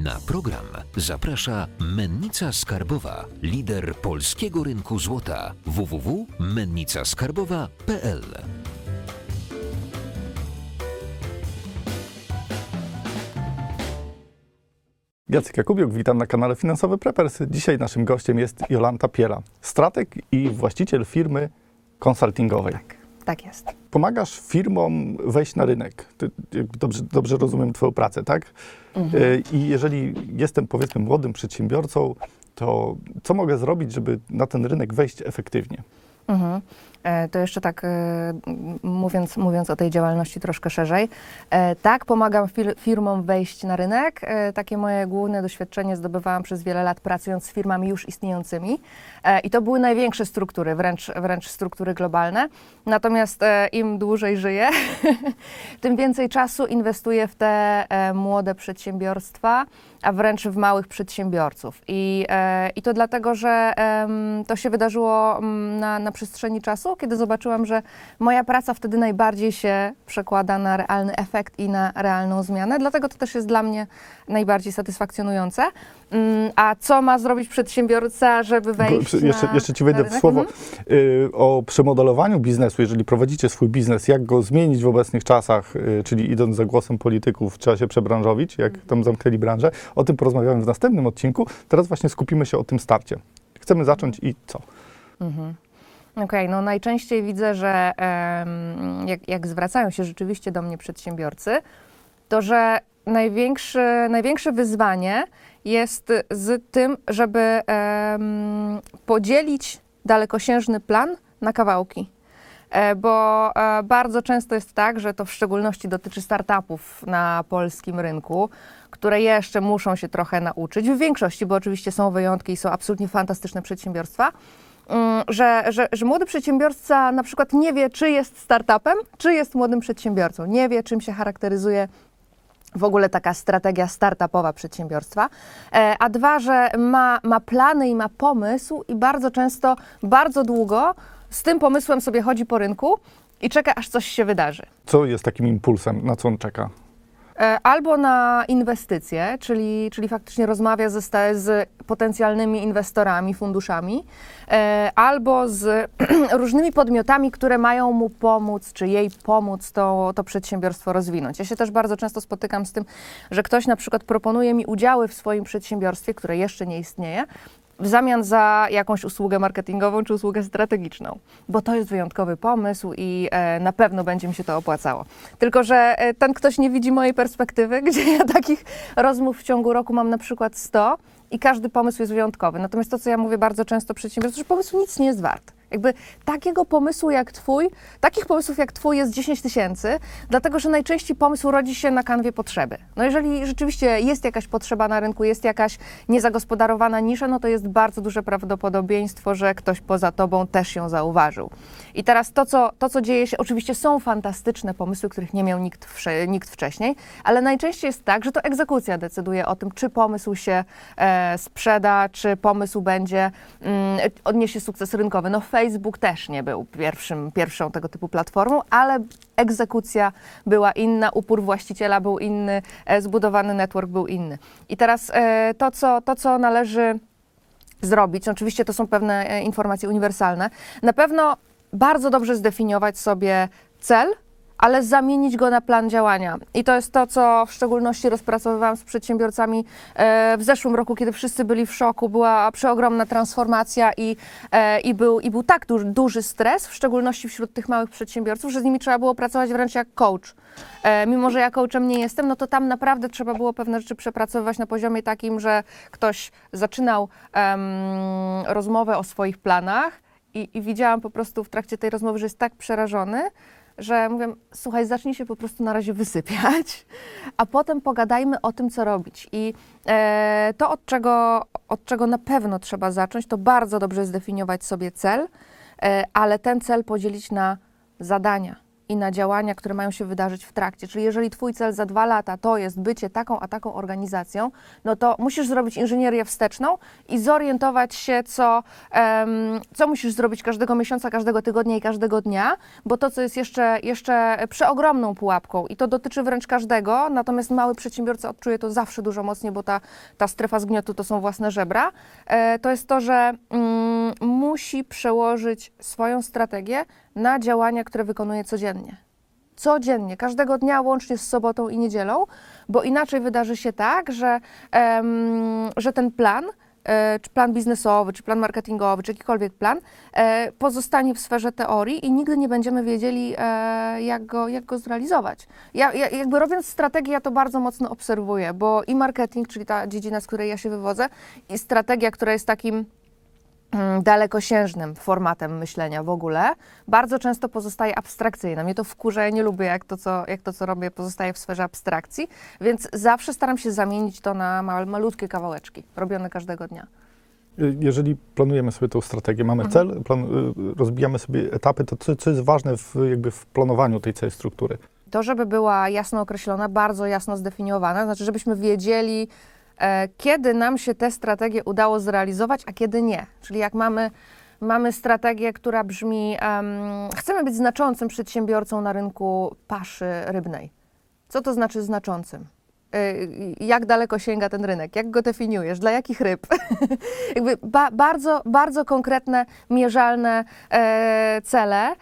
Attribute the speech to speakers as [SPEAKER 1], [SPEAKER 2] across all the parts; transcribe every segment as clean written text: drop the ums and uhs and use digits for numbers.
[SPEAKER 1] Na program zaprasza Mennica Skarbowa, lider polskiego rynku złota. www.mennicaskarbowa.pl.
[SPEAKER 2] Jacek Jakubiuk, witam na kanale Finansowy Preppers. Dzisiaj naszym gościem jest Jolanta Piela, strateg i właściciel firmy konsultingowej.
[SPEAKER 3] Tak jest.
[SPEAKER 2] Pomagasz firmom wejść na rynek. Dobrze rozumiem Twoją pracę, tak? I jeżeli jestem, powiedzmy, młodym przedsiębiorcą, to co mogę zrobić, żeby na ten rynek wejść efektywnie?
[SPEAKER 3] To jeszcze tak mówiąc o tej działalności troszkę szerzej. Tak, pomagam firmom wejść na rynek. Takie moje główne doświadczenie zdobywałam przez wiele lat pracując z firmami już istniejącymi. I to były największe struktury, wręcz struktury globalne. Natomiast im dłużej żyję, tym więcej czasu inwestuję w te młode przedsiębiorstwa, a wręcz w małych przedsiębiorców. I to dlatego, że to się wydarzyło na przestrzeni czasu, kiedy zobaczyłam, że moja praca wtedy najbardziej się przekłada na realny efekt i na realną zmianę. Dlatego to też jest dla mnie najbardziej satysfakcjonujące. A co ma zrobić przedsiębiorca, żeby wejść
[SPEAKER 2] Jeszcze Ci wejdę w słowo o przemodelowaniu biznesu. Jeżeli prowadzicie swój biznes, jak go zmienić w obecnych czasach, czyli idąc za głosem polityków, trzeba się przebranżowić, jak tam zamknęli branżę. O tym porozmawiamy w następnym odcinku. Teraz właśnie skupimy się o tym starcie. Chcemy zacząć i co?
[SPEAKER 3] Okej, no najczęściej widzę, że jak zwracają się rzeczywiście do mnie przedsiębiorcy, to że największe wyzwanie jest z tym, żeby podzielić dalekosiężny plan na kawałki. Bo bardzo często jest tak, że to w szczególności dotyczy startupów na polskim rynku, które jeszcze muszą się trochę nauczyć, w większości, bo oczywiście są wyjątki i są absolutnie fantastyczne przedsiębiorstwa, że młody przedsiębiorca na przykład nie wie, czy jest startupem, czy jest młodym przedsiębiorcą. Nie wie, czym się charakteryzuje w ogóle taka strategia startupowa przedsiębiorstwa, a dwa, że ma plany i ma pomysł i bardzo często, bardzo długo z tym pomysłem sobie chodzi po rynku i czeka, aż coś się wydarzy.
[SPEAKER 2] Co jest takim impulsem? Na co on czeka?
[SPEAKER 3] Albo na inwestycje, czyli faktycznie rozmawia z potencjalnymi inwestorami, funduszami, albo z różnymi podmiotami, które mają mu pomóc, czy jej pomóc to przedsiębiorstwo rozwinąć. Ja się też bardzo często spotykam z tym, że ktoś na przykład proponuje mi udziały w swoim przedsiębiorstwie, które jeszcze nie istnieje, w zamian za jakąś usługę marketingową czy usługę strategiczną, bo to jest wyjątkowy pomysł i na pewno będzie mi się to opłacało. Tylko że ten ktoś nie widzi mojej perspektywy, gdzie ja takich rozmów w ciągu roku mam na przykład 100 i każdy pomysł jest wyjątkowy. Natomiast to, co ja mówię bardzo często przedsiębiorcom, że pomysł nic nie jest wart. Jakby takich pomysłów jak twój jest 10 000, dlatego że najczęściej pomysł rodzi się na kanwie potrzeby. No jeżeli rzeczywiście jest jakaś potrzeba na rynku, jest jakaś niezagospodarowana nisza, no to jest bardzo duże prawdopodobieństwo, że ktoś poza tobą też ją zauważył. I teraz to, co dzieje się, oczywiście są fantastyczne pomysły, których nie miał nikt wcześniej, ale najczęściej jest tak, że to egzekucja decyduje o tym, czy pomysł się sprzeda, czy pomysł odniesie sukces rynkowy. No Facebook też nie był pierwszą tego typu platformą, ale egzekucja była inna, upór właściciela był inny, zbudowany network był inny. I teraz to, co należy zrobić, oczywiście to są pewne informacje uniwersalne, na pewno bardzo dobrze zdefiniować sobie cel, ale zamienić go na plan działania. I to jest to, co w szczególności rozpracowywałam z przedsiębiorcami w zeszłym roku, kiedy wszyscy byli w szoku. Była przeogromna transformacja i był tak duży stres, w szczególności wśród tych małych przedsiębiorców, że z nimi trzeba było pracować wręcz jak coach. Mimo że ja coachem nie jestem, no to tam naprawdę trzeba było pewne rzeczy przepracowywać na poziomie takim, że ktoś zaczynał rozmowę o swoich planach i widziałam po prostu w trakcie tej rozmowy, że jest tak przerażony, że mówię, słuchaj, zacznij się po prostu na razie wysypiać, a potem pogadajmy o tym, co robić. I to, od czego na pewno trzeba zacząć, to bardzo dobrze zdefiniować sobie cel, ale ten cel podzielić na zadania i na działania, które mają się wydarzyć w trakcie. Czyli jeżeli twój cel za 2 lata to jest bycie taką a taką organizacją, no to musisz zrobić inżynierię wsteczną i zorientować się, co musisz zrobić każdego miesiąca, każdego tygodnia i każdego dnia, bo to, co jest jeszcze przeogromną pułapką i to dotyczy wręcz każdego, natomiast mały przedsiębiorca odczuje to zawsze dużo mocniej, bo ta strefa zgniotu to są własne żebra, to jest to, że musi przełożyć swoją strategię na działania, które wykonuje codziennie. Codziennie, każdego dnia, łącznie z sobotą i niedzielą, bo inaczej wydarzy się tak, że ten plan, czy plan biznesowy, czy plan marketingowy, czy jakikolwiek plan, pozostanie w sferze teorii i nigdy nie będziemy wiedzieli, jak go zrealizować. Ja jakby robiąc strategię, ja to bardzo mocno obserwuję, bo i marketing, czyli ta dziedzina, z której ja się wywodzę, i strategia, która jest takim dalekosiężnym formatem myślenia w ogóle, bardzo często pozostaje abstrakcyjna. Mnie to wkurza, ja nie lubię, jak to, co robię, pozostaje w sferze abstrakcji, więc zawsze staram się zamienić to na malutkie kawałeczki, robione każdego dnia.
[SPEAKER 2] Jeżeli planujemy sobie tą strategię, mamy cel, rozbijamy sobie etapy, to co jest ważne w planowaniu tej całej struktury?
[SPEAKER 3] To, żeby była jasno określona, bardzo jasno zdefiniowana, znaczy, żebyśmy wiedzieli, kiedy nam się tę strategię udało zrealizować, a kiedy nie. Czyli jak mamy strategię, która brzmi, chcemy być znaczącym przedsiębiorcą na rynku paszy rybnej. Co to znaczy znaczącym? Jak daleko sięga ten rynek? Jak go definiujesz? Dla jakich ryb? Jakby bardzo, bardzo konkretne, mierzalne cele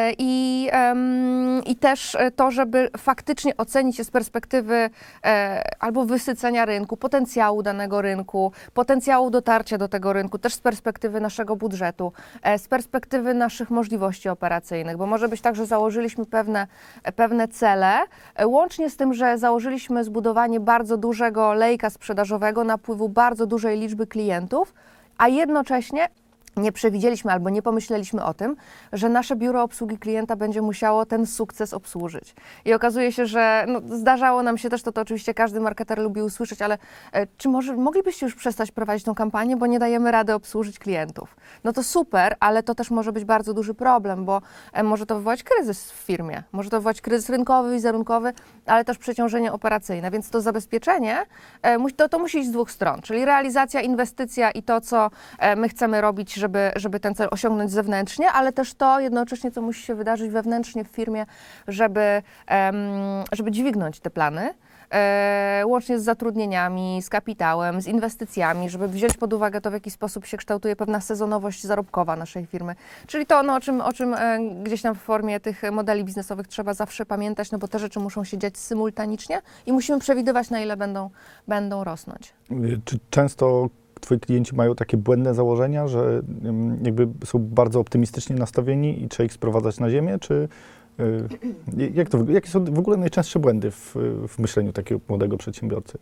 [SPEAKER 3] i też to, żeby faktycznie ocenić się z perspektywy albo wysycenia rynku, potencjału danego rynku, potencjału dotarcia do tego rynku, też z perspektywy naszego budżetu, z perspektywy naszych możliwości operacyjnych, bo może być tak, że założyliśmy pewne cele, łącznie z tym, że założyliśmy zbudowanie bardzo dużego lejka sprzedażowego, napływu bardzo dużej liczby klientów, a jednocześnie nie przewidzieliśmy albo nie pomyśleliśmy o tym, że nasze biuro obsługi klienta będzie musiało ten sukces obsłużyć. I okazuje się, że zdarzało nam się też, to oczywiście każdy marketer lubi usłyszeć, ale czy moglibyście już przestać prowadzić tą kampanię, bo nie dajemy rady obsłużyć klientów. No to super, ale to też może być bardzo duży problem, bo może to wywołać kryzys w firmie, może to wywołać kryzys rynkowy, wizerunkowy, ale też przeciążenie operacyjne, więc to zabezpieczenie to musi iść z dwóch stron, czyli realizacja, inwestycja i to, co my chcemy robić, żeby ten cel osiągnąć zewnętrznie, ale też to jednocześnie, co musi się wydarzyć wewnętrznie w firmie, żeby dźwignąć te plany, łącznie z zatrudnieniami, z kapitałem, z inwestycjami, żeby wziąć pod uwagę to, w jaki sposób się kształtuje pewna sezonowość zarobkowa naszej firmy. Czyli to, o czym gdzieś tam w formie tych modeli biznesowych trzeba zawsze pamiętać, no bo te rzeczy muszą się dziać symultanicznie i musimy przewidywać, na ile będą rosnąć.
[SPEAKER 2] Czy często twoi klienci mają takie błędne założenia, że jakby są bardzo optymistycznie nastawieni i trzeba ich sprowadzać na ziemię, czy jakie są w ogóle najczęstsze błędy w myśleniu takiego młodego przedsiębiorcy?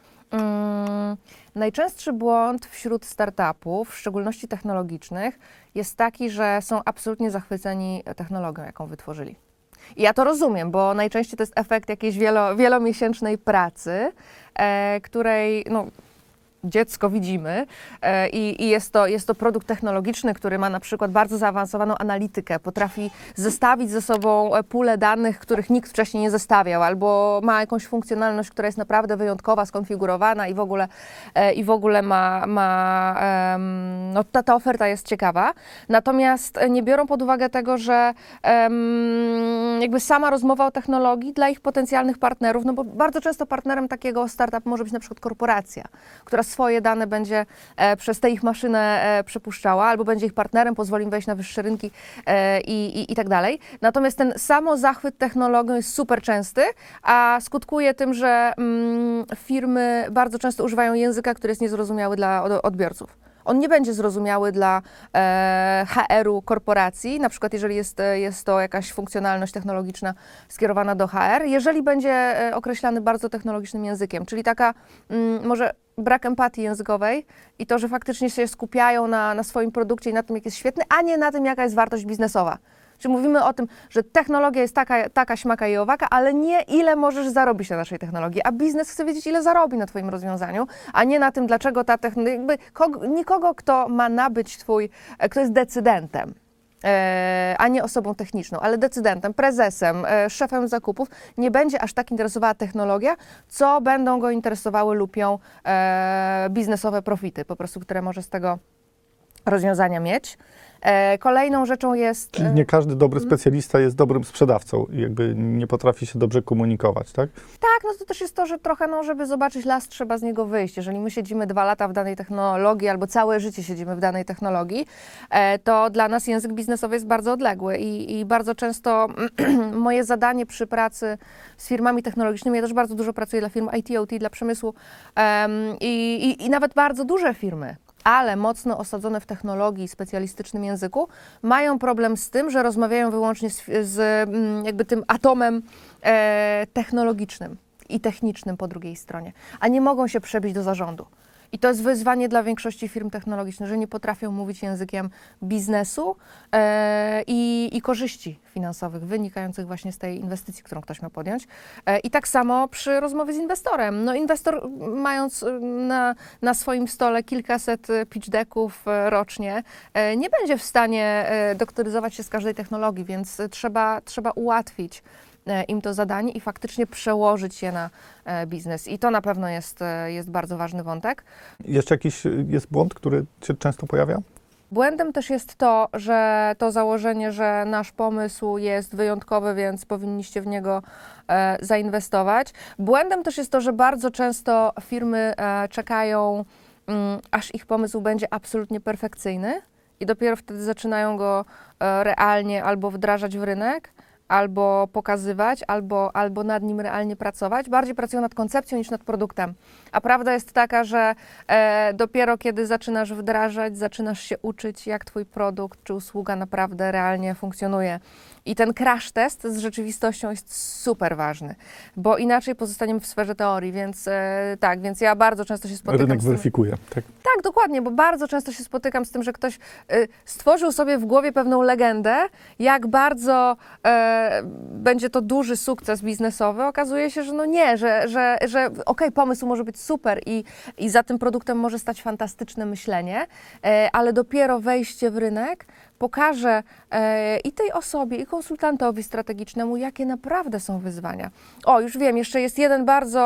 [SPEAKER 3] Najczęstszy błąd wśród startupów, w szczególności technologicznych, jest taki, że są absolutnie zachwyceni technologią, jaką wytworzyli. I ja to rozumiem, bo najczęściej to jest efekt jakiejś wielomiesięcznej pracy, której dziecko widzimy i jest to produkt technologiczny, który ma na przykład bardzo zaawansowaną analitykę, potrafi zestawić ze sobą pulę danych, których nikt wcześniej nie zestawiał, albo ma jakąś funkcjonalność, która jest naprawdę wyjątkowa, skonfigurowana i w ogóle ta oferta jest ciekawa. Natomiast nie biorą pod uwagę tego, że jakby sama rozmowa o technologii dla ich potencjalnych partnerów, no bo bardzo często partnerem takiego startupu może być na przykład korporacja, która swoje dane będzie przez tę ich maszynę przepuszczała, albo będzie ich partnerem, pozwoli im wejść na wyższe rynki i tak dalej. Natomiast ten samozachwyt technologią jest super częsty, a skutkuje tym, że firmy bardzo często używają języka, który jest niezrozumiały dla odbiorców. On nie będzie zrozumiały dla HR-u korporacji, na przykład jeżeli jest to jakaś funkcjonalność technologiczna skierowana do HR, jeżeli będzie określany bardzo technologicznym językiem, czyli taka może brak empatii językowej i to, że faktycznie się skupiają na swoim produkcie i na tym, jak jest świetny, a nie na tym, jaka jest wartość biznesowa. Czyli mówimy o tym, że technologia jest taka, śmaka i owaka, ale nie ile możesz zarobić na naszej technologii, a biznes chce wiedzieć, ile zarobi na twoim rozwiązaniu, a nie na tym, dlaczego ta technologia, nikogo, kto ma nabyć kto jest decydentem a nie osobą techniczną, ale decydentem, prezesem, szefem zakupów, nie będzie aż tak interesowała technologia, co będą go interesowały lub ją biznesowe profity, po prostu, które może z tego rozwiązania mieć. Kolejną rzeczą jest...
[SPEAKER 2] Czyli nie każdy dobry specjalista jest dobrym sprzedawcą i jakby nie potrafi się dobrze komunikować, tak?
[SPEAKER 3] Tak, no to też jest to, że trochę, no, żeby zobaczyć las, trzeba z niego wyjść. Jeżeli my siedzimy 2 lata w danej technologii albo całe życie siedzimy w danej technologii, to dla nas język biznesowy jest bardzo odległy i bardzo często moje zadanie przy pracy z firmami technologicznymi, ja też bardzo dużo pracuję dla firm IT, OT, dla przemysłu i nawet bardzo duże firmy, ale mocno osadzone w technologii, specjalistycznym języku, mają problem z tym, że rozmawiają wyłącznie z jakby tym atomem technologicznym i technicznym po drugiej stronie, a nie mogą się przebić do zarządu. I to jest wyzwanie dla większości firm technologicznych, że nie potrafią mówić językiem biznesu i korzyści finansowych wynikających właśnie z tej inwestycji, którą ktoś ma podjąć. I tak samo przy rozmowie z inwestorem. No inwestor, mając na swoim stole kilkaset pitch decków rocznie, nie będzie w stanie doktoryzować się z każdej technologii, więc trzeba ułatwić im to zadanie i faktycznie przełożyć je na biznes. I to na pewno jest bardzo ważny wątek.
[SPEAKER 2] Jeszcze jakiś jest błąd, który się często pojawia?
[SPEAKER 3] Błędem też jest to, że to założenie, że nasz pomysł jest wyjątkowy, więc powinniście w niego zainwestować. Błędem też jest to, że bardzo często firmy czekają, aż ich pomysł będzie absolutnie perfekcyjny i dopiero wtedy zaczynają go realnie albo wdrażać w rynek, albo pokazywać, albo nad nim realnie pracować. Bardziej pracują nad koncepcją niż nad produktem. A prawda jest taka, że dopiero kiedy zaczynasz wdrażać, zaczynasz się uczyć, jak twój produkt czy usługa naprawdę realnie funkcjonuje. I ten crash test z rzeczywistością jest super ważny, bo inaczej pozostaniemy w sferze teorii, więc tak, więc ja bardzo często się spotykam
[SPEAKER 2] Rynek
[SPEAKER 3] z tym.
[SPEAKER 2] weryfikuje, tak?
[SPEAKER 3] Tak, dokładnie, bo bardzo często się spotykam z tym, że ktoś stworzył sobie w głowie pewną legendę, jak bardzo będzie to duży sukces biznesowy. Okazuje się, że no nie, że okej, pomysł może być super i za tym produktem może stać fantastyczne myślenie, ale dopiero wejście w rynek pokaże i tej osobie, i konsultantowi strategicznemu, jakie naprawdę są wyzwania. O, już wiem, jeszcze jest jeden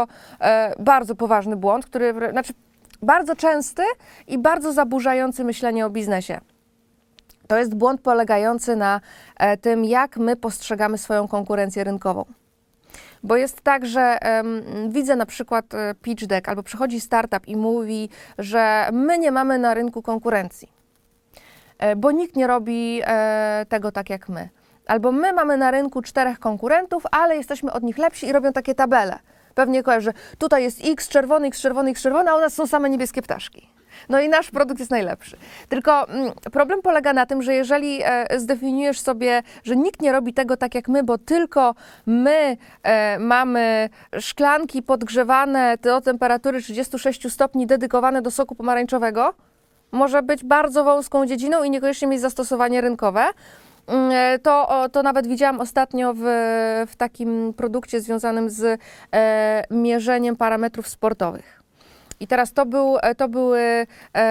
[SPEAKER 3] bardzo poważny błąd, znaczy bardzo częsty i bardzo zaburzający myślenie o biznesie. To jest błąd polegający na tym, jak my postrzegamy swoją konkurencję rynkową. Bo jest tak, że widzę na przykład pitch deck, albo przychodzi startup i mówi, że my nie mamy na rynku konkurencji, bo nikt nie robi tego tak jak my. Albo my mamy na rynku 4 konkurentów, ale jesteśmy od nich lepsi i robią takie tabele. Pewnie kojarzy, że tutaj jest X czerwony, X czerwony, X czerwony, a u nas są same niebieskie ptaszki. No i nasz produkt jest najlepszy. Tylko problem polega na tym, że jeżeli zdefiniujesz sobie, że nikt nie robi tego tak jak my, bo tylko my mamy szklanki podgrzewane do temperatury 36 stopni dedykowane do soku pomarańczowego, może być bardzo wąską dziedziną i niekoniecznie mieć zastosowanie rynkowe. To nawet widziałam ostatnio w takim produkcie związanym z mierzeniem parametrów sportowych. I teraz to były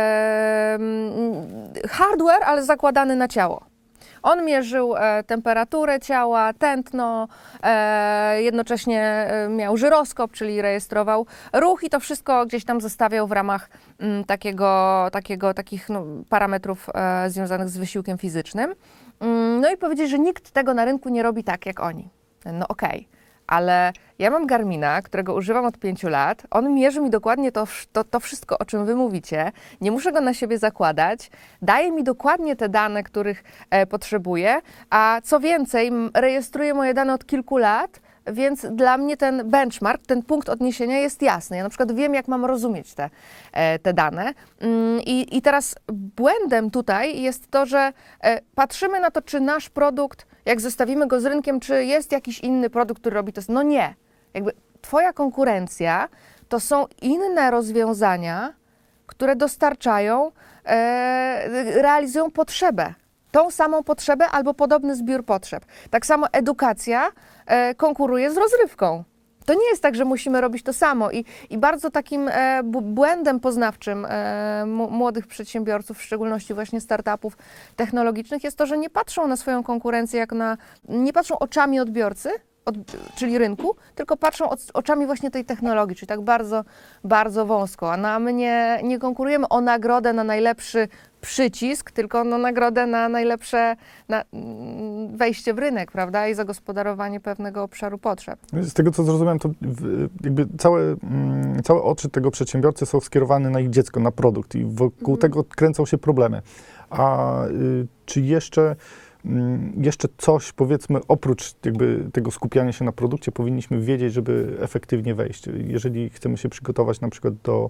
[SPEAKER 3] hardware, ale zakładany na ciało. On mierzył temperaturę ciała, tętno, jednocześnie miał żyroskop, czyli rejestrował ruch i to wszystko gdzieś tam zostawiał w ramach takich parametrów związanych z wysiłkiem fizycznym. No i powiedzieć, że nikt tego na rynku nie robi tak jak oni. No okej. Ale ja mam Garmina, którego używam od 5 lat. On mierzy mi dokładnie to wszystko, o czym wy mówicie. Nie muszę go na siebie zakładać. Daje mi dokładnie te dane, których potrzebuję. A co więcej, rejestruje moje dane od kilku lat, więc dla mnie ten benchmark, ten punkt odniesienia jest jasny. Ja na przykład wiem, jak mam rozumieć te dane. I teraz błędem tutaj jest to, że patrzymy na to, czy nasz produkt, jak zestawimy go z rynkiem, czy jest jakiś inny produkt, który robi to. No nie. Jakby twoja konkurencja to są inne rozwiązania, które dostarczają, realizują potrzebę. Tą samą potrzebę albo podobny zbiór potrzeb. Tak samo edukacja konkuruje z rozrywką. To nie jest tak, że musimy robić to samo i bardzo takim błędem poznawczym młodych przedsiębiorców, w szczególności właśnie startupów technologicznych jest to, że nie patrzą na swoją konkurencję nie patrzą oczami odbiorcy, czyli rynku, tylko patrzą oczami właśnie tej technologii, czyli tak bardzo, bardzo wąsko. A my nie konkurujemy o nagrodę na najlepszy przycisk, tylko nagrodę na najlepsze wejście w rynek, prawda, i zagospodarowanie pewnego obszaru potrzeb.
[SPEAKER 2] Z tego, co zrozumiałem, to jakby całe oczy tego przedsiębiorcy są skierowane na ich dziecko, na produkt i wokół tego kręcą się problemy. A czy jeszcze coś, powiedzmy, oprócz jakby tego skupiania się na produkcie, powinniśmy wiedzieć, żeby efektywnie wejść? Jeżeli chcemy się przygotować na przykład do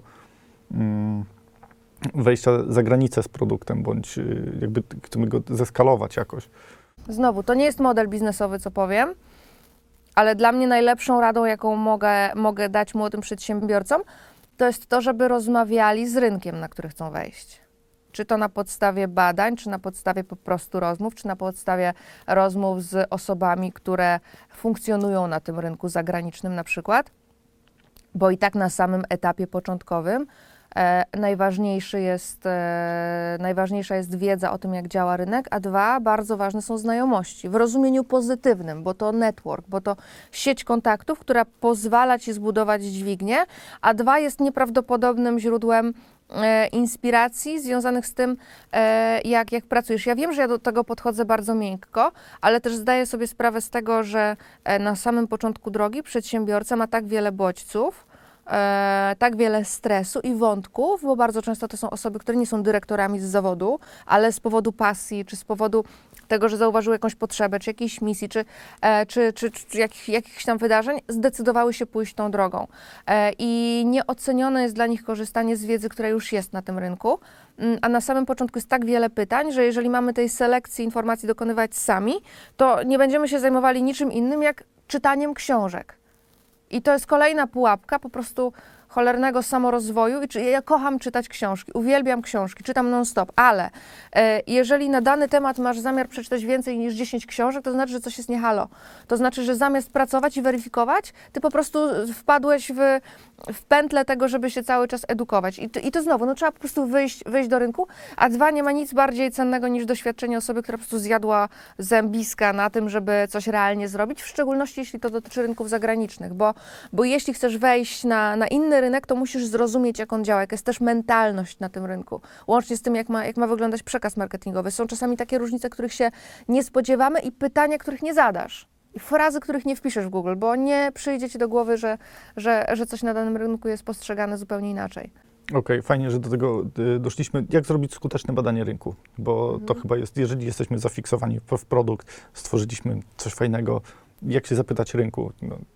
[SPEAKER 2] wejścia za granicę z produktem, bądź jakby chcemy go zeskalować jakoś.
[SPEAKER 3] Znowu, to nie jest model biznesowy, co powiem, ale dla mnie najlepszą radą, jaką mogę dać młodym przedsiębiorcom, to jest to, żeby rozmawiali z rynkiem, na który chcą wejść. Czy to na podstawie badań, czy na podstawie po prostu rozmów, czy na podstawie rozmów z osobami, które funkcjonują na tym rynku zagranicznym na przykład, bo i tak na samym etapie początkowym najważniejsza jest wiedza o tym, jak działa rynek, a dwa, bardzo ważne są znajomości w rozumieniu pozytywnym, bo to network, bo to sieć kontaktów, która pozwala ci zbudować dźwignię, a dwa, jest nieprawdopodobnym źródłem inspiracji związanych z tym, jak pracujesz. Ja wiem, że ja do tego podchodzę bardzo miękko, ale też zdaję sobie sprawę z tego, że na samym początku drogi przedsiębiorca ma tak wiele bodźców, tak wiele stresu i wątków, bo bardzo często to są osoby, które nie są dyrektorami z zawodu, ale z powodu pasji, czy z powodu tego, że zauważyły jakąś potrzebę, czy jakiejś misji, czy jakichś tam wydarzeń, zdecydowały się pójść tą drogą. I nieocenione jest dla nich korzystanie z wiedzy, która już jest na tym rynku, a na samym początku jest tak wiele pytań, że jeżeli mamy tej selekcji informacji dokonywać sami, to nie będziemy się zajmowali niczym innym, jak czytaniem książek. I to jest kolejna pułapka po prostu cholernego samorozwoju. Ja kocham czytać książki, uwielbiam książki, czytam non-stop, ale jeżeli na dany temat masz zamiar przeczytać więcej niż 10 książek, to znaczy, że coś jest nie halo. To znaczy, że zamiast pracować i weryfikować, ty po prostu wpadłeś w pętlę tego, żeby się cały czas edukować. I to znowu, trzeba po prostu wyjść do rynku, a dwa, nie ma nic bardziej cennego niż doświadczenie osoby, która po prostu zjadła zębiska na tym, żeby coś realnie zrobić, w szczególności jeśli to dotyczy rynków zagranicznych, bo jeśli chcesz wejść na inny rynek, to musisz zrozumieć, jak on działa, jaka jest też mentalność na tym rynku, łącznie z tym, jak ma wyglądać przekaz marketingowy. Są czasami takie różnice, których się nie spodziewamy i pytania, których nie zadasz. I frazy, których nie wpiszesz w Google, bo nie przyjdzie ci do głowy, że coś na danym rynku jest postrzegane zupełnie inaczej.
[SPEAKER 2] Okej, fajnie, że do tego doszliśmy. Jak zrobić skuteczne badanie rynku? Bo to chyba jest, jeżeli jesteśmy zafiksowani w produkt, stworzyliśmy coś fajnego, jak się zapytać rynku?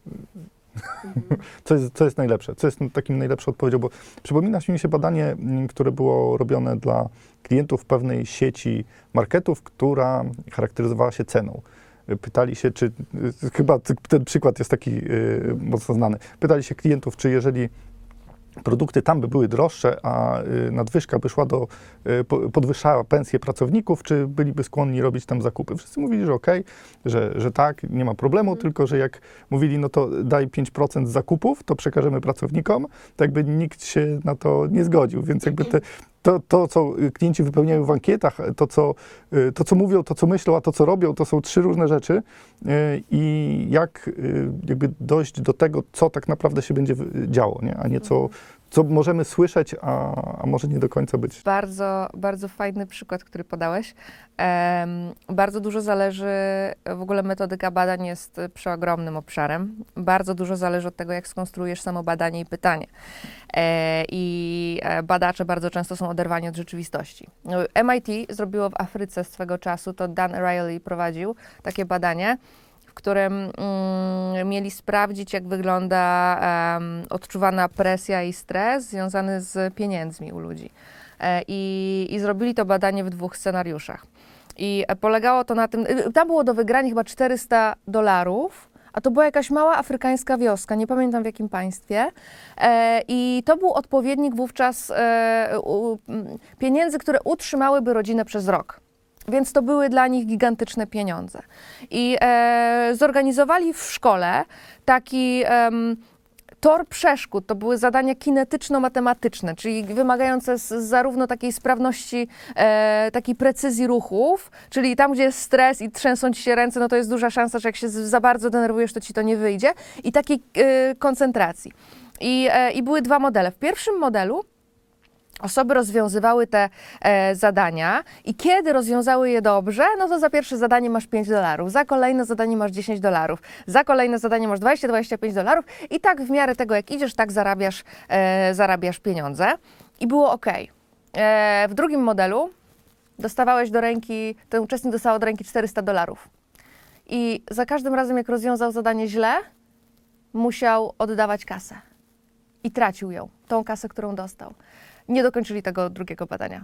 [SPEAKER 2] Co jest najlepsze? Co jest takim najlepszą odpowiedzią? Bo przypomina mi się badanie, które było robione dla klientów pewnej sieci marketów, która charakteryzowała się ceną. Pytali się, chyba ten przykład jest taki mocno znany. Pytali się klientów, czy jeżeli produkty tam by były droższe, a nadwyżka by szła podwyższała pensje pracowników, czy byliby skłonni robić tam zakupy? Wszyscy mówili, że okej, że tak, nie ma problemu, tylko że jak mówili, no to daj 5% zakupów, to przekażemy pracownikom, to jakby nikt się na to nie zgodził, więc jakby to, co klienci wypełniają w ankietach, to, co mówią, to, co myślą, a to, co robią, to są trzy różne rzeczy i jak jakby dojść do tego, co tak naprawdę się będzie działo, nie? A nie co możemy słyszeć, a może nie do końca być.
[SPEAKER 3] Bardzo, bardzo fajny przykład, który podałeś. Bardzo dużo zależy, w ogóle metodyka badań jest przeogromnym obszarem. Bardzo dużo zależy od tego, jak skonstruujesz samo badanie i pytanie. I badacze bardzo często są oderwani od rzeczywistości. MIT zrobiło w Afryce swego czasu, to Dan Ariely prowadził takie badanie, w którym mieli sprawdzić, jak wygląda odczuwana presja i stres związany z pieniędzmi u ludzi. I zrobili to badanie w 2 scenariuszach. I polegało to na tym, tam było do wygrania chyba $400, a to była jakaś mała afrykańska wioska, nie pamiętam w jakim państwie. I to był odpowiednik wówczas pieniędzy, które utrzymałyby rodzinę przez rok. Więc to były dla nich gigantyczne pieniądze. I zorganizowali w szkole taki tor przeszkód. To były zadania kinetyczno-matematyczne, czyli wymagające zarówno takiej sprawności, takiej precyzji ruchów, czyli tam, gdzie jest stres i trzęsą ci się ręce, no to jest duża szansa, że jak się za bardzo denerwujesz, to ci to nie wyjdzie. I takiej koncentracji. I były dwa modele. W pierwszym modelu osoby rozwiązywały te zadania i kiedy rozwiązały je dobrze, no to za pierwsze zadanie masz $5, za kolejne zadanie masz $10, za kolejne zadanie masz $20-25 i tak w miarę tego, jak idziesz, tak zarabiasz pieniądze i było ok. W drugim modelu dostawałeś do ręki, ten uczestnik dostał do ręki $400 i za każdym razem, jak rozwiązał zadanie źle, musiał oddawać kasę i tracił ją, tą kasę, którą dostał. Nie dokończyli tego drugiego badania.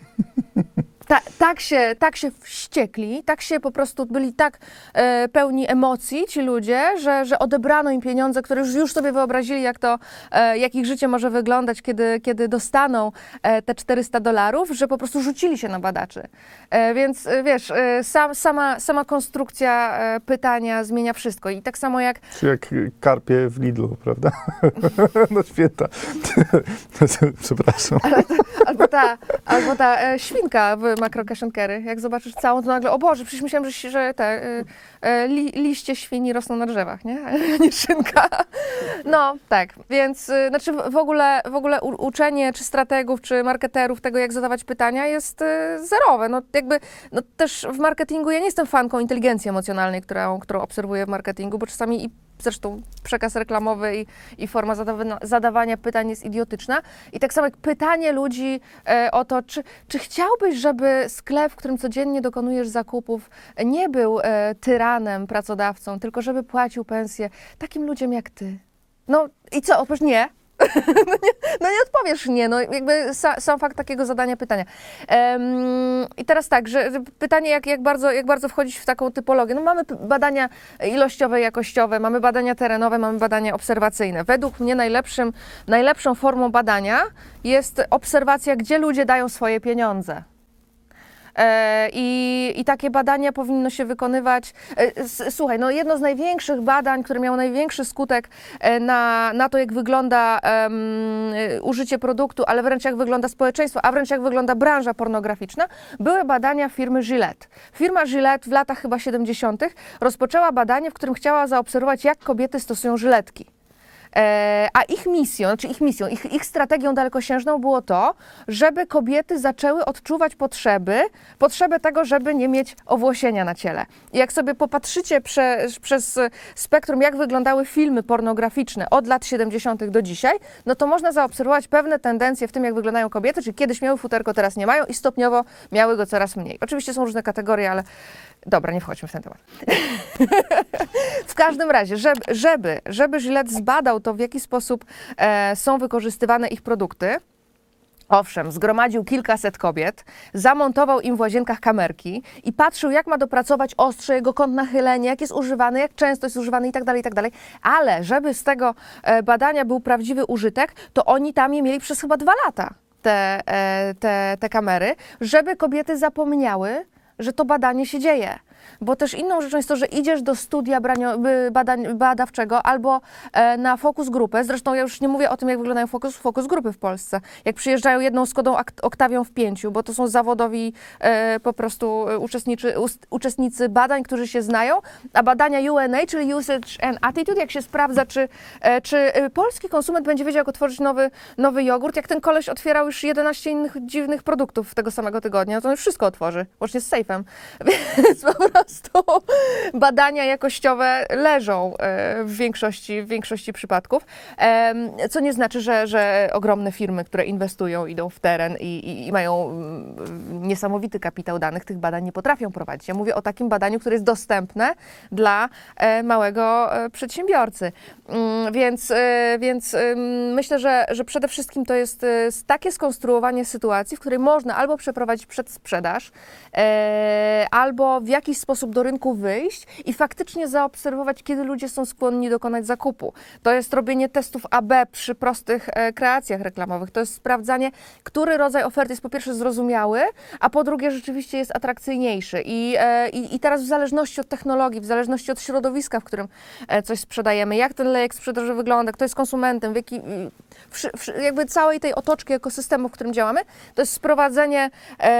[SPEAKER 3] Tak się wściekli, tak się po prostu byli tak pełni emocji ci ludzie, że odebrano im pieniądze, które już sobie wyobrazili, jak ich życie może wyglądać, kiedy dostaną te $400, że po prostu rzucili się na badaczy. Więc wiesz, sama konstrukcja pytania zmienia wszystko. I tak samo jak...
[SPEAKER 2] Czy jak karpie w Lidlu, prawda? No święta. Przepraszam.
[SPEAKER 3] Albo ta świnka w Macro Cash and Carry. Jak zobaczysz całą, to nagle, o Boże, przecież myślałam, że te liście świni rosną na drzewach, nie? A nie szynka. No, tak. Więc znaczy w ogóle uczenie czy strategów, czy marketerów tego, jak zadawać pytania jest zerowe. No jakby, no też w marketingu ja nie jestem fanką inteligencji emocjonalnej, którą obserwuję w marketingu, bo czasami i zresztą przekaz reklamowy i forma zadawania pytań jest idiotyczna. I tak samo jak pytanie ludzi o to, czy chciałbyś, żeby sklep, w którym codziennie dokonujesz zakupów, nie był tyranem, pracodawcą, tylko żeby płacił pensję takim ludziom jak ty. No i co? Odpowiesz nie. No nie odpowiesz nie, no jakby sam fakt takiego zadania pytania. I teraz tak, że pytanie jak bardzo wchodzić w taką typologię. No mamy badania ilościowe, jakościowe, mamy badania terenowe, mamy badania obserwacyjne. Według mnie najlepszą formą badania jest obserwacja, gdzie ludzie dają swoje pieniądze. I takie badania powinno się wykonywać. Słuchaj, no jedno z największych badań, które miało największy skutek na to, jak wygląda użycie produktu, ale wręcz jak wygląda społeczeństwo, a wręcz jak wygląda branża pornograficzna, były badania firmy Gillette. Firma Gillette w latach chyba 70. rozpoczęła badanie, w którym chciała zaobserwować, jak kobiety stosują żyletki. A ich strategią dalekosiężną było to, żeby kobiety zaczęły odczuwać potrzebę tego, żeby nie mieć owłosienia na ciele. I jak sobie popatrzycie przez spektrum, jak wyglądały filmy pornograficzne od lat 70. do dzisiaj, no to można zaobserwować pewne tendencje w tym, jak wyglądają kobiety, czyli kiedyś miały futerko, teraz nie mają i stopniowo miały go coraz mniej. Oczywiście są różne kategorie, ale dobra, nie wchodźmy w ten temat. W każdym razie, żeby Gillette zbadał to, w jaki sposób są wykorzystywane ich produkty, owszem, zgromadził kilkaset kobiet, zamontował im w łazienkach kamerki i patrzył, jak ma dopracować ostrze, jego kąt nachylenia, jak jest używany, jak często jest używany i tak dalej, ale żeby z tego badania był prawdziwy użytek, to oni tam je mieli przez chyba 2 lata, te kamery, żeby kobiety zapomniały, że to badanie się dzieje. Bo też inną rzeczą jest to, że idziesz do studia badawczego albo na focus grupę. Zresztą ja już nie mówię o tym, jak wyglądają focus grupy w Polsce. Jak przyjeżdżają jedną Skodą Octavią w 5, bo to są zawodowi po prostu uczestnicy badań, którzy się znają, a badania UNA, czyli Usage and Attitude, jak się sprawdza, czy polski konsument będzie wiedział, jak otworzyć nowy jogurt, jak ten koleś otwierał już 11 innych dziwnych produktów tego samego tygodnia, to on już wszystko otworzy, łącznie z sejfem. Więc po prostu badania jakościowe leżą w większości przypadków, co nie znaczy, że ogromne firmy, które inwestują, idą w teren i mają niesamowity kapitał danych, tych badań nie potrafią prowadzić. Ja mówię o takim badaniu, które jest dostępne dla małego przedsiębiorcy. Więc myślę, że przede wszystkim to jest takie skonstruowanie sytuacji, w której można albo przeprowadzić przedsprzedaż, albo w jakiś jakiś sposób do rynku wyjść i faktycznie zaobserwować, kiedy ludzie są skłonni dokonać zakupu. To jest robienie testów AB przy prostych kreacjach reklamowych. To jest sprawdzanie, który rodzaj oferty jest po pierwsze zrozumiały, a po drugie rzeczywiście jest atrakcyjniejszy. I teraz w zależności od technologii, w zależności od środowiska, w którym coś sprzedajemy, jak ten lejek sprzedaży wygląda, kto jest konsumentem, jakby całej tej otoczki ekosystemu, w którym działamy, to jest sprowadzenie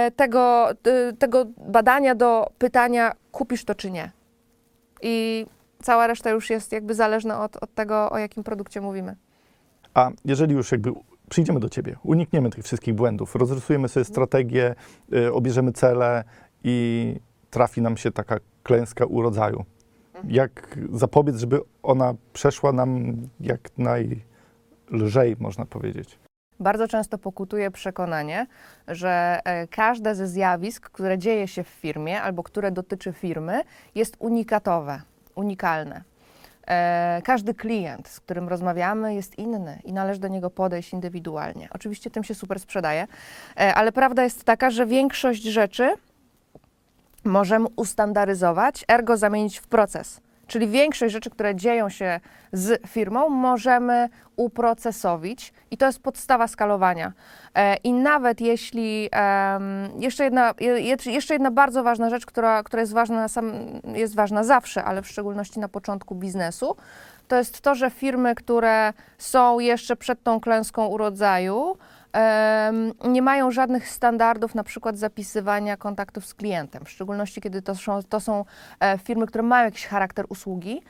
[SPEAKER 3] tego badania do pytania, kupisz to czy nie. I cała reszta już jest jakby zależna od tego, o jakim produkcie mówimy.
[SPEAKER 2] A jeżeli już jakby przyjdziemy do Ciebie, unikniemy tych wszystkich błędów, rozrysujemy sobie strategię, obierzemy cele i trafi nam się taka klęska urodzaju. Jak zapobiec, żeby ona przeszła nam jak najlżej, można powiedzieć?
[SPEAKER 3] Bardzo często pokutuje przekonanie, że każde ze zjawisk, które dzieje się w firmie albo które dotyczy firmy, jest unikatowe, unikalne. Każdy klient, z którym rozmawiamy, jest inny i należy do niego podejść indywidualnie. Oczywiście tym się super sprzedaje, ale prawda jest taka, że większość rzeczy możemy ustandaryzować, ergo zamienić w proces. Czyli większość rzeczy, które dzieją się z firmą, możemy uprocesowić i to jest podstawa skalowania. I nawet jeśli, jeszcze jedna bardzo ważna rzecz, która jest ważna zawsze, ale w szczególności na początku biznesu, to jest to, że firmy, które są jeszcze przed tą klęską urodzaju, nie mają żadnych standardów, na przykład zapisywania kontaktów z klientem, w szczególności kiedy to są firmy, które mają jakiś charakter usługi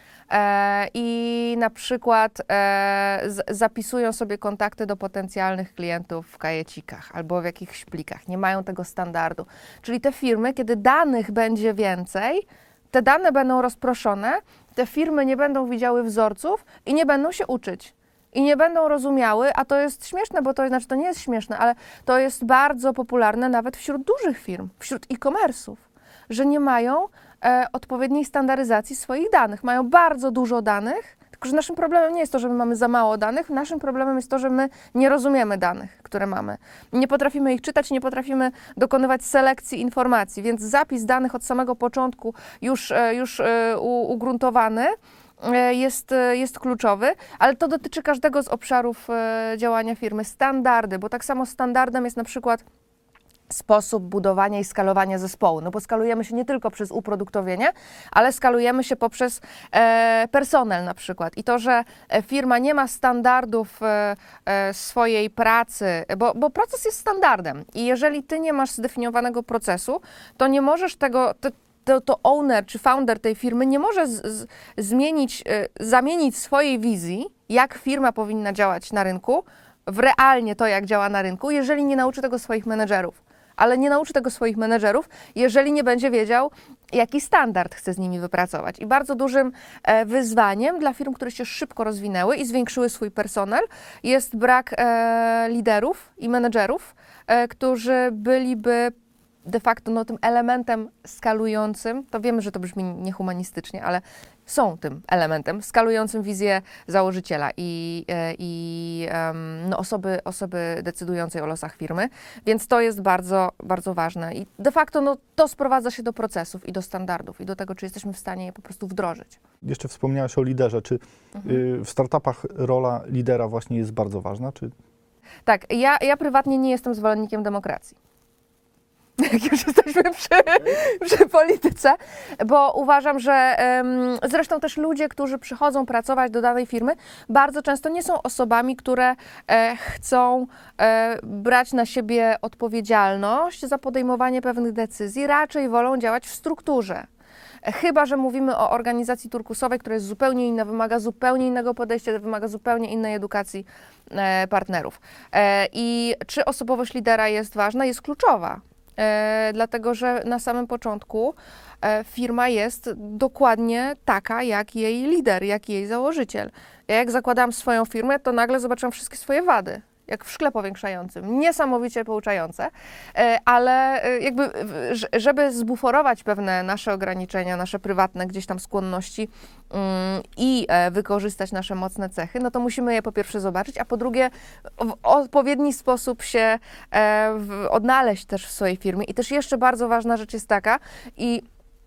[SPEAKER 3] i na przykład zapisują sobie kontakty do potencjalnych klientów w kajecikach albo w jakichś plikach, nie mają tego standardu. Czyli te firmy, kiedy danych będzie więcej, te dane będą rozproszone, te firmy nie będą widziały wzorców i nie będą się uczyć. I nie będą rozumiały, a to jest śmieszne, bo to nie jest śmieszne, ale to jest bardzo popularne nawet wśród dużych firm, wśród e-commerce'ów, że nie mają odpowiedniej standaryzacji swoich danych. Mają bardzo dużo danych, tylko że naszym problemem nie jest to, że my mamy za mało danych, naszym problemem jest to, że my nie rozumiemy danych, które mamy. Nie potrafimy ich czytać, nie potrafimy dokonywać selekcji informacji, więc zapis danych od samego początku już ugruntowany jest kluczowy, ale to dotyczy każdego z obszarów działania firmy. Standardy, bo tak samo standardem jest na przykład sposób budowania i skalowania zespołu, no bo skalujemy się nie tylko przez uproduktowienie, ale skalujemy się poprzez personel na przykład i to, że firma nie ma standardów swojej pracy, bo proces jest standardem i jeżeli ty nie masz zdefiniowanego procesu, to nie możesz tego... To owner czy founder tej firmy nie może zamienić swojej wizji, jak firma powinna działać na rynku, w realnie to, jak działa na rynku, jeżeli nie nauczy tego swoich menedżerów. Ale nie nauczy tego swoich menedżerów, jeżeli nie będzie wiedział, jaki standard chce z nimi wypracować. I bardzo dużym wyzwaniem dla firm, które się szybko rozwinęły i zwiększyły swój personel, jest brak liderów i menedżerów, którzy byliby de facto tym elementem skalującym, to wiemy, że to brzmi niehumanistycznie, ale są tym elementem skalującym wizję założyciela i osoby decydującej o losach firmy, więc to jest bardzo, bardzo ważne i de facto to sprowadza się do procesów i do standardów i do tego, czy jesteśmy w stanie je po prostu wdrożyć.
[SPEAKER 2] Jeszcze wspomniałeś o liderze, czy w startupach rola lidera właśnie jest bardzo ważna? Czy...
[SPEAKER 3] Tak, ja prywatnie nie jestem zwolennikiem demokracji. Jak już jesteśmy przy polityce, bo uważam, że zresztą też ludzie, którzy przychodzą pracować do danej firmy, bardzo często nie są osobami, które chcą brać na siebie odpowiedzialność za podejmowanie pewnych decyzji, raczej wolą działać w strukturze. Chyba że mówimy o organizacji turkusowej, która jest zupełnie inna, wymaga zupełnie innego podejścia, wymaga zupełnie innej edukacji partnerów. I czy osobowość lidera jest ważna? Jest kluczowa. Dlatego, że na samym początku firma jest dokładnie taka, jak jej lider, jak jej założyciel. Ja jak zakładałam swoją firmę, to nagle zobaczyłam wszystkie swoje wady, jak w szkle powiększającym, niesamowicie pouczające, ale jakby, żeby zbuforować pewne nasze ograniczenia, nasze prywatne gdzieś tam skłonności i wykorzystać nasze mocne cechy, no to musimy je po pierwsze zobaczyć, a po drugie w odpowiedni sposób się odnaleźć też w swojej firmie. I też jeszcze bardzo ważna rzecz jest taka, i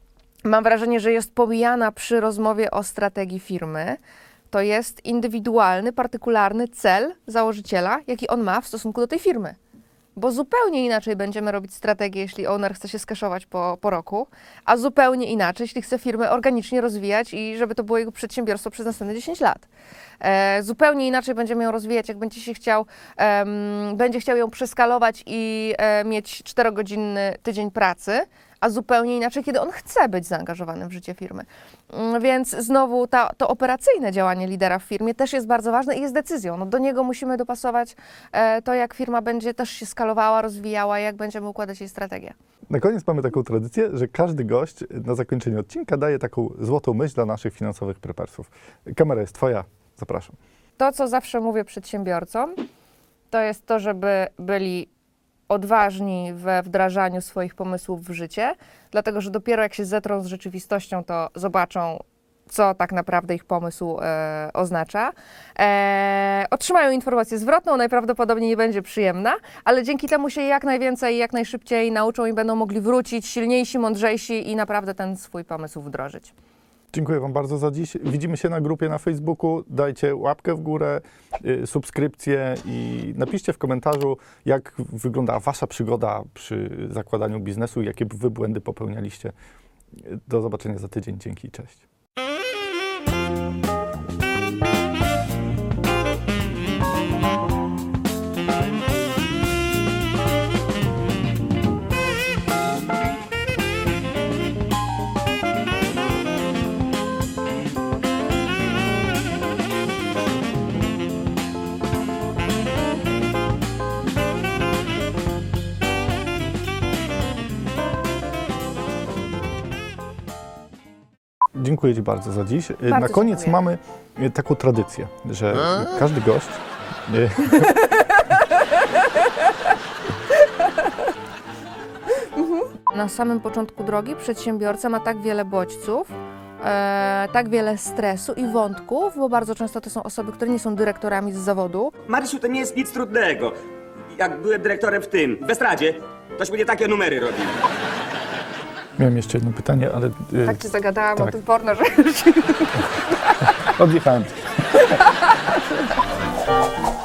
[SPEAKER 3] mam wrażenie, że jest pomijana przy rozmowie o strategii firmy, to jest indywidualny, partykularny cel założyciela, jaki on ma w stosunku do tej firmy. Bo zupełnie inaczej będziemy robić strategię, jeśli owner chce się skaszować po roku, a zupełnie inaczej, jeśli chce firmę organicznie rozwijać i żeby to było jego przedsiębiorstwo przez następne 10 lat. Zupełnie inaczej będziemy ją rozwijać, jak będzie chciał ją przeskalować i mieć 4-godzinny tydzień pracy, a zupełnie inaczej, kiedy on chce być zaangażowany w życie firmy. Więc znowu to operacyjne działanie lidera w firmie też jest bardzo ważne i jest decyzją. No, do niego musimy dopasować to, jak firma będzie też się skalowała, rozwijała, jak będziemy układać jej strategię.
[SPEAKER 2] Na koniec mamy taką tradycję, że każdy gość na zakończenie odcinka daje taką złotą myśl dla naszych finansowych prepersów. Kamera jest twoja, zapraszam.
[SPEAKER 3] To, co zawsze mówię przedsiębiorcom, to jest to, żeby byli odważni we wdrażaniu swoich pomysłów w życie, dlatego że dopiero jak się zetrą z rzeczywistością, to zobaczą, co tak naprawdę ich pomysł oznacza. Otrzymają informację zwrotną, najprawdopodobniej nie będzie przyjemna, ale dzięki temu się jak najwięcej, jak najszybciej nauczą i będą mogli wrócić silniejsi, mądrzejsi i naprawdę ten swój pomysł wdrożyć.
[SPEAKER 2] Dziękuję Wam bardzo za dziś. Widzimy się na grupie na Facebooku. Dajcie łapkę w górę, subskrypcję i napiszcie w komentarzu, jak wyglądała Wasza przygoda przy zakładaniu biznesu i jakie Wy błędy popełnialiście. Do zobaczenia za tydzień. Dzięki, cześć. Dziękuję Ci bardzo za dziś. Na koniec
[SPEAKER 3] dziękuję.
[SPEAKER 2] mamy taką tradycję, że każdy gość...
[SPEAKER 3] Na samym początku drogi przedsiębiorca ma tak wiele bodźców, tak wiele stresu i wątków, bo bardzo często to są osoby, które nie są dyrektorami z zawodu.
[SPEAKER 4] Marysiu, to nie jest nic trudnego. Jak byłem dyrektorem w estradzie, tośmy nie takie numery robili.
[SPEAKER 2] Miałem jeszcze jedno pytanie, ale...
[SPEAKER 3] Tak Cię zagadałam o
[SPEAKER 2] tak.
[SPEAKER 3] tym porno, że...
[SPEAKER 2] Odjechałem.